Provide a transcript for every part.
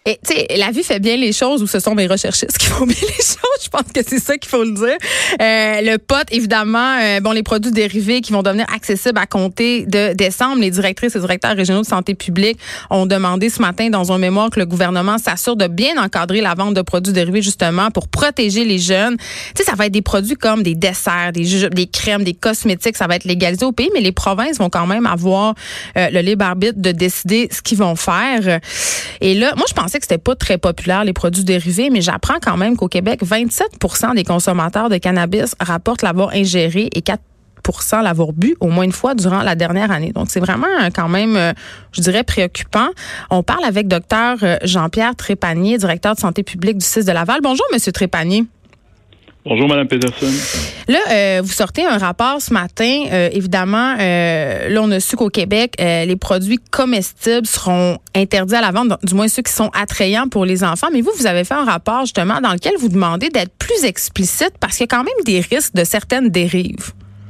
Et tu sais, la vie fait bien les choses ou ce sont mes recherchistes qui font bien les choses. Je pense que c'est ça qu'il faut le dire. Le pot, évidemment, les produits dérivés qui vont devenir accessibles à compter de décembre. Les directrices et directeurs régionaux de santé publique ont demandé ce matin dans un mémoire que le gouvernement s'assure de bien encadrer la vente de produits dérivés justement pour protéger les jeunes. Tu sais, ça va être des produits comme des desserts, des jujubes, des crèmes, des cosmétiques. Ça va être légalisé au pays, mais les provinces vont quand même avoir le libre arbitre de décider ce qu'ils vont faire. Et là, moi, je pensais que c'était pas très populaire, les produits dérivés, mais j'apprends quand même qu'au Québec, 27% des consommateurs de cannabis rapportent l'avoir ingéré et 4% l'avoir bu au moins une fois durant la dernière année. Donc, c'est vraiment quand même, je dirais, préoccupant. On parle avec Dr Jean-Pierre Trépanier, directeur de santé publique du CIS de Laval. Bonjour, Monsieur Trépanier. Bonjour, Mme Peterson. Là, vous sortez un rapport ce matin. Évidemment, là, on a su qu'au Québec, les produits comestibles seront interdits à la vente, du moins ceux qui sont attrayants pour les enfants. Mais vous avez fait un rapport, justement, dans lequel vous demandez d'être plus explicite parce qu'il y a quand même des risques de certaines dérives.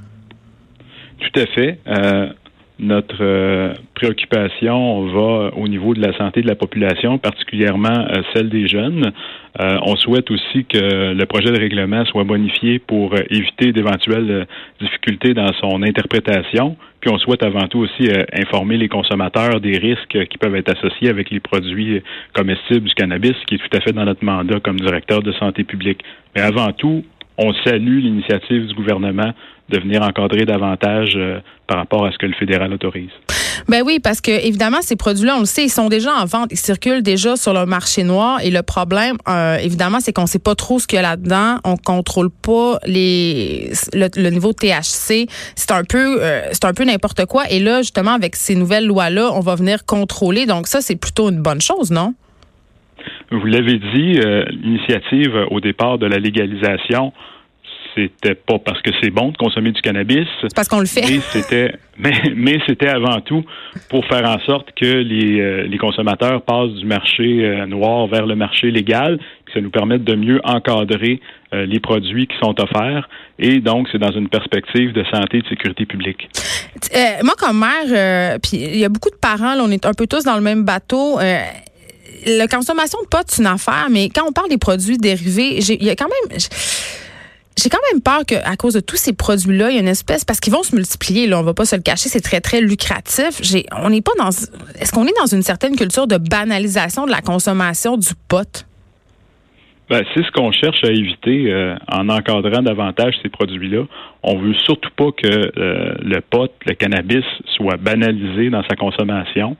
Tout à fait. Notre préoccupation va au niveau de la santé de la population, particulièrement celle des jeunes. On souhaite aussi que le projet de règlement soit bonifié pour éviter d'éventuelles difficultés dans son interprétation. Puis on souhaite avant tout aussi informer les consommateurs des risques qui peuvent être associés avec les produits comestibles du cannabis, qui est tout à fait dans notre mandat comme directeur de santé publique. Mais avant tout, on salue l'initiative du gouvernement de venir encadrer davantage par rapport à ce que le fédéral autorise. Ben oui, parce que évidemment, ces produits-là, on le sait, ils sont déjà en vente, ils circulent déjà sur le marché noir. Et le problème, évidemment, c'est qu'on sait pas trop ce qu'il y a là-dedans. On contrôle pas le niveau de THC. C'est un peu n'importe quoi. Et là, justement, avec ces nouvelles lois-là, on va venir contrôler. Donc ça, c'est plutôt une bonne chose, non? Vous l'avez dit, l'initiative au départ de la légalisation, c'était pas parce que c'est bon de consommer du cannabis. C'est parce qu'on le fait. Mais c'était avant tout pour faire en sorte que les consommateurs passent du marché noir vers le marché légal, que ça nous permette de mieux encadrer les produits qui sont offerts. Et donc, c'est dans une perspective de santé et de sécurité publique. Moi, comme mère, puis il y a beaucoup de parents, là, on est un peu tous dans le même bateau. La consommation de pot, c'est une affaire, mais quand on parle des produits dérivés, j'ai quand même peur qu'à cause de tous ces produits-là, il y a une espèce, parce qu'ils vont se multiplier, là, on va pas se le cacher, c'est très, très lucratif. Est-ce qu'on est dans une certaine culture de banalisation de la consommation du pot? Ben, c'est ce qu'on cherche à éviter en encadrant davantage ces produits-là. On veut surtout pas que le pot, le cannabis, soit banalisé dans sa consommation.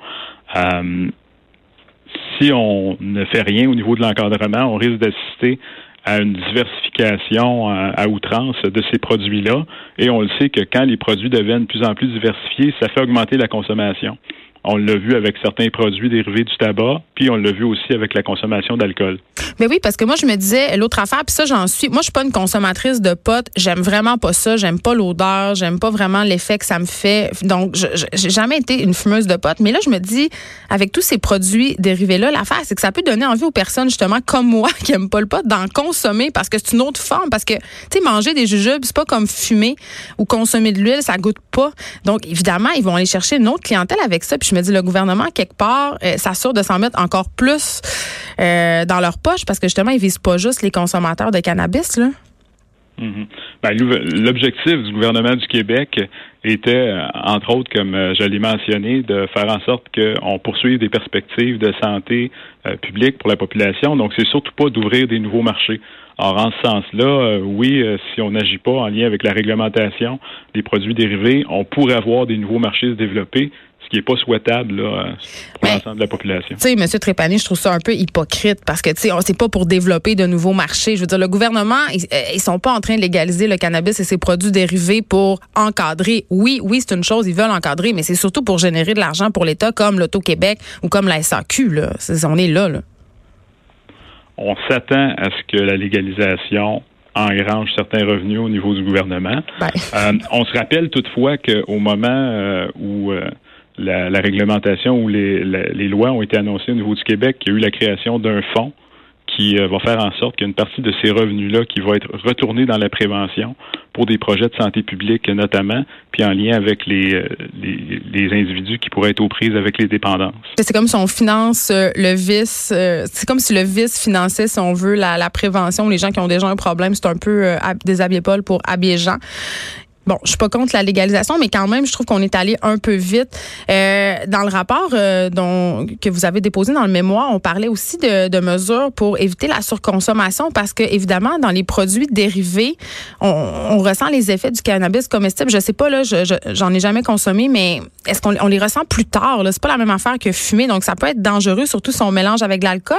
Si on ne fait rien au niveau de l'encadrement, on risque d'assister à une diversification à outrance de ces produits-là. Et on le sait que quand les produits deviennent de plus en plus diversifiés, ça fait augmenter la consommation. On l'a vu avec certains produits dérivés du tabac, puis on l'a vu aussi avec la consommation d'alcool. Mais oui, parce que moi, je me disais, l'autre affaire, puis ça, moi, je suis pas une consommatrice de pot. J'aime vraiment pas ça. J'aime pas l'odeur. J'aime pas vraiment l'effet que ça me fait. Donc, j'ai jamais été une fumeuse de pot. Mais là, je me dis, avec tous ces produits dérivés-là, l'affaire, c'est que ça peut donner envie aux personnes, justement, comme moi, qui aiment pas le pot, d'en consommer parce que c'est une autre forme. Parce que, tu sais, manger des jujubes, c'est pas comme fumer ou consommer de l'huile, ça goûte pas. Donc, évidemment, ils vont aller chercher une autre clientèle avec ça. Puis je me dis, le gouvernement, quelque part, s'assure de s'en mettre encore plus dans leur poche parce que justement, ils visent pas juste les consommateurs de cannabis, là. Mm-hmm. Ben, l'objectif du gouvernement du Québec était, entre autres, comme je l'ai mentionné, de faire en sorte qu'on poursuive des perspectives de santé publique pour la population. Donc, c'est surtout pas d'ouvrir des nouveaux marchés. Or, en ce sens-là, si on n'agit pas en lien avec la réglementation des produits dérivés, on pourrait avoir des nouveaux marchés se développer, ce qui n'est pas souhaitable là, pour l'ensemble de la population. Tu sais, M. Trépanier, je trouve ça un peu hypocrite parce que, tu sais, c'est pas pour développer de nouveaux marchés. Je veux dire, le gouvernement, ils sont pas en train de légaliser le cannabis et ses produits dérivés pour encadrer. Oui, c'est une chose, ils veulent encadrer, mais c'est surtout pour générer de l'argent pour l'État comme l'Auto-Québec ou comme la SAQ, là. On est là. On s'attend à ce que la légalisation engrange certains revenus au niveau du gouvernement. On se rappelle toutefois qu'au moment où la réglementation ou les lois ont été annoncées au niveau du Québec, il y a eu la création d'un fonds qui va faire en sorte qu'il y a une partie de ces revenus-là qui va être retournée dans la prévention pour des projets de santé publique notamment, puis en lien avec les individus qui pourraient être aux prises avec les dépendances. C'est comme si on finance le vice, c'est comme si le vice finançait, si on veut, la prévention. Les gens qui ont déjà un problème, c'est un peu déshabiller Paul pour habiller Jean. Bon, je suis pas contre la légalisation, mais quand même, je trouve qu'on est allé un peu vite. Dans le rapport que vous avez déposé dans le mémoire, on parlait aussi de mesures pour éviter la surconsommation parce que, évidemment, dans les produits dérivés, on ressent les effets du cannabis comestible. Je sais pas, là, j'en ai jamais consommé, mais est-ce qu'on les ressent plus tard, là? C'est pas la même affaire que fumer, donc ça peut être dangereux, surtout si on mélange avec de l'alcool?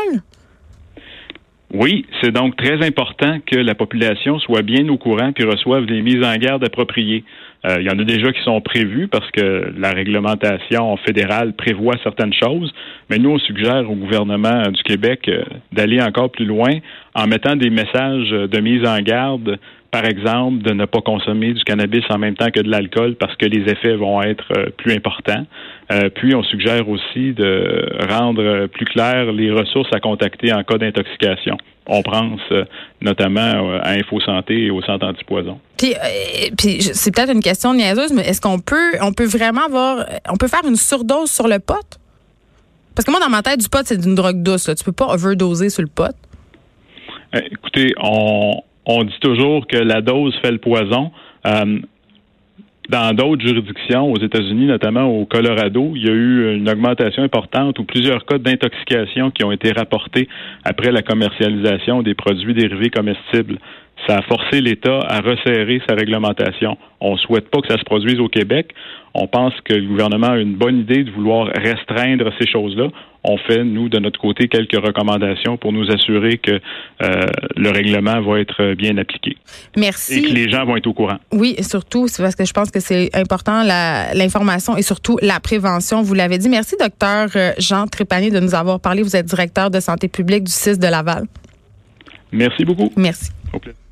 Oui, c'est donc très important que la population soit bien au courant puis reçoive des mises en garde appropriées. Il y en a déjà qui sont prévues parce que la réglementation fédérale prévoit certaines choses, mais nous, on suggère au gouvernement du Québec d'aller encore plus loin en mettant des messages de mise en garde, par exemple, de ne pas consommer du cannabis en même temps que de l'alcool parce que les effets vont être plus importants. Puis, on suggère aussi de rendre plus clair les ressources à contacter en cas d'intoxication. On pense notamment à InfoSanté et au Centre antipoison. Puis c'est peut-être une question niaiseuse, mais est-ce qu'on peut vraiment on peut faire une surdose sur le pot? Parce que moi, dans ma tête, du pot, c'est une drogue douce, là. Tu peux pas overdoser sur le pot. Écoutez, on dit toujours que la dose fait le poison. Dans d'autres juridictions, aux États-Unis, notamment au Colorado, il y a eu une augmentation importante ou plusieurs cas d'intoxication qui ont été rapportés après la commercialisation des produits dérivés comestibles. Ça a forcé l'État à resserrer sa réglementation. On ne souhaite pas que ça se produise au Québec. On pense que le gouvernement a une bonne idée de vouloir restreindre ces choses-là. On fait, nous, de notre côté, quelques recommandations pour nous assurer que le règlement va être bien appliqué. Merci. Et que les gens vont être au courant. Oui, et surtout, c'est parce que je pense que c'est important, l'information et surtout la prévention. Vous l'avez dit. Merci, docteur Jean Trépanier, de nous avoir parlé. Vous êtes directeur de santé publique du CIS de Laval. Merci beaucoup. Merci. Au plaisir.